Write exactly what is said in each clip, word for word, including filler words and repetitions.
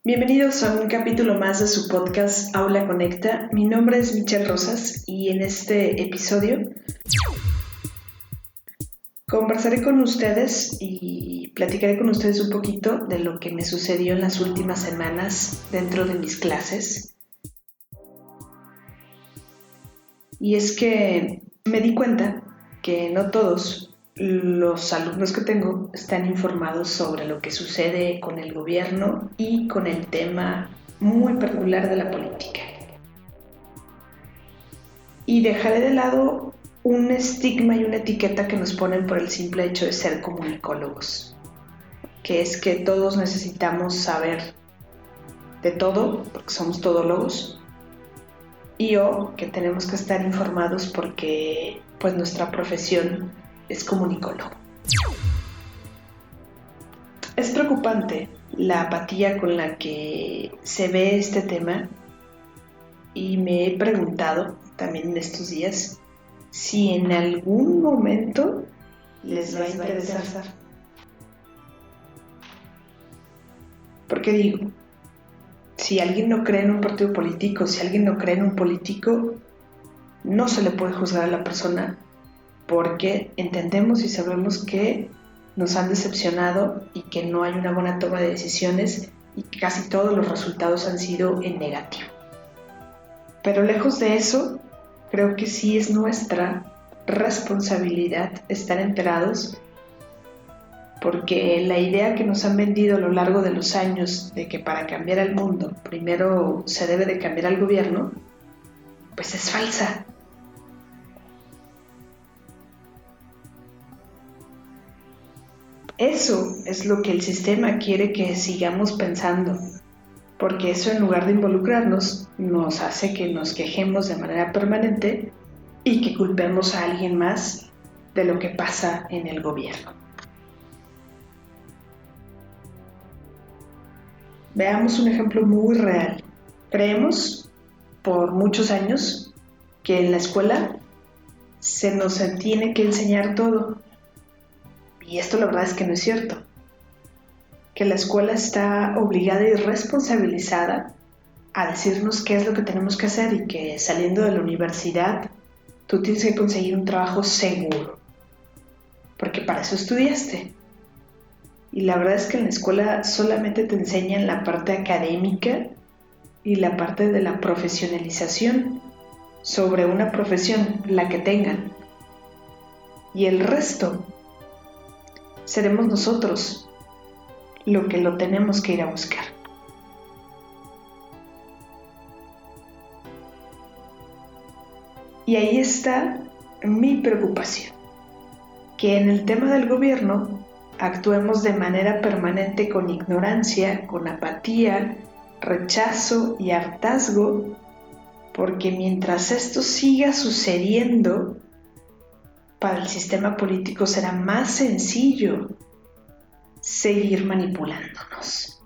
Bienvenidos a un capítulo más de su podcast Aula Conecta. Mi nombre es Michelle Rosas y en este episodio conversaré con ustedes y platicaré con ustedes un poquito de lo que me sucedió en las últimas semanas dentro de mis clases. Y es que me di cuenta que no todos los alumnos que tengo están informados sobre lo que sucede con el gobierno y con el tema muy particular de la política. Y dejaré de lado un estigma y una etiqueta que nos ponen por el simple hecho de ser comunicólogos, que es que todos necesitamos saber de todo, porque somos todólogos, y o que tenemos que estar informados porque pues nuestra profesión es comunicólogo. Es preocupante la apatía con la que se ve este tema y me he preguntado también en estos días si en algún momento les va a interesar. Porque digo, si alguien no cree en un partido político, si alguien no cree en un político, no se le puede juzgar a la persona porque entendemos y sabemos que nos han decepcionado y que no hay una buena toma de decisiones y que casi todos los resultados han sido en negativo. Pero lejos de eso, creo que sí es nuestra responsabilidad estar enterados, porque la idea que nos han vendido a lo largo de los años de que para cambiar el mundo primero se debe de cambiar al gobierno, pues es falsa. Eso es lo que el sistema quiere que sigamos pensando, porque eso en lugar de involucrarnos nos hace que nos quejemos de manera permanente y que culpemos a alguien más de lo que pasa en el gobierno. Veamos un ejemplo muy real. Creemos por muchos años que en la escuela se nos tiene que enseñar todo. Y esto la verdad es que no es cierto. Que la escuela está obligada y responsabilizada a decirnos qué es lo que tenemos que hacer y que saliendo de la universidad tú tienes que conseguir un trabajo seguro. Porque para eso estudiaste. Y la verdad es que en la escuela solamente te enseñan la parte académica y la parte de la profesionalización sobre una profesión, la que tengan. Y el resto seremos nosotros lo que lo tenemos que ir a buscar. Y ahí está mi preocupación, que en el tema del gobierno actuemos de manera permanente con ignorancia, con apatía, rechazo y hartazgo, porque mientras esto siga sucediendo, para el sistema político será más sencillo seguir manipulándonos.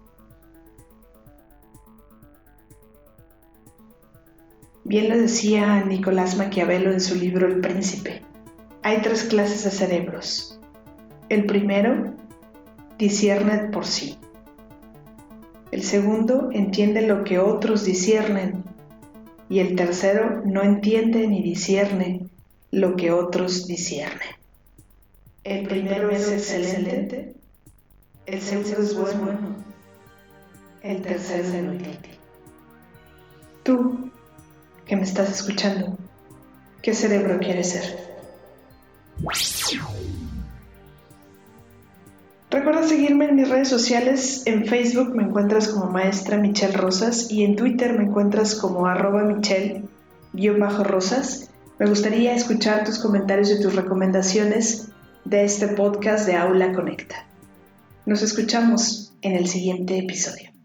Bien lo decía Nicolás Maquiavelo en su libro El Príncipe. Hay tres clases de cerebros. El primero discierne por sí. El segundo entiende lo que otros disciernen. Y el tercero no entiende ni discierne lo que otros disciernen. El primero es excelente, el segundo es bueno, el tercero es inútil. Tú, que me estás escuchando, ¿qué cerebro quieres ser? Recuerda seguirme en mis redes sociales. En Facebook me encuentras como Maestra Michelle Rosas y en Twitter me encuentras como arroba Michelle-Rosas. Me gustaría escuchar tus comentarios y tus recomendaciones de este podcast de Aula Conecta. Nos escuchamos en el siguiente episodio.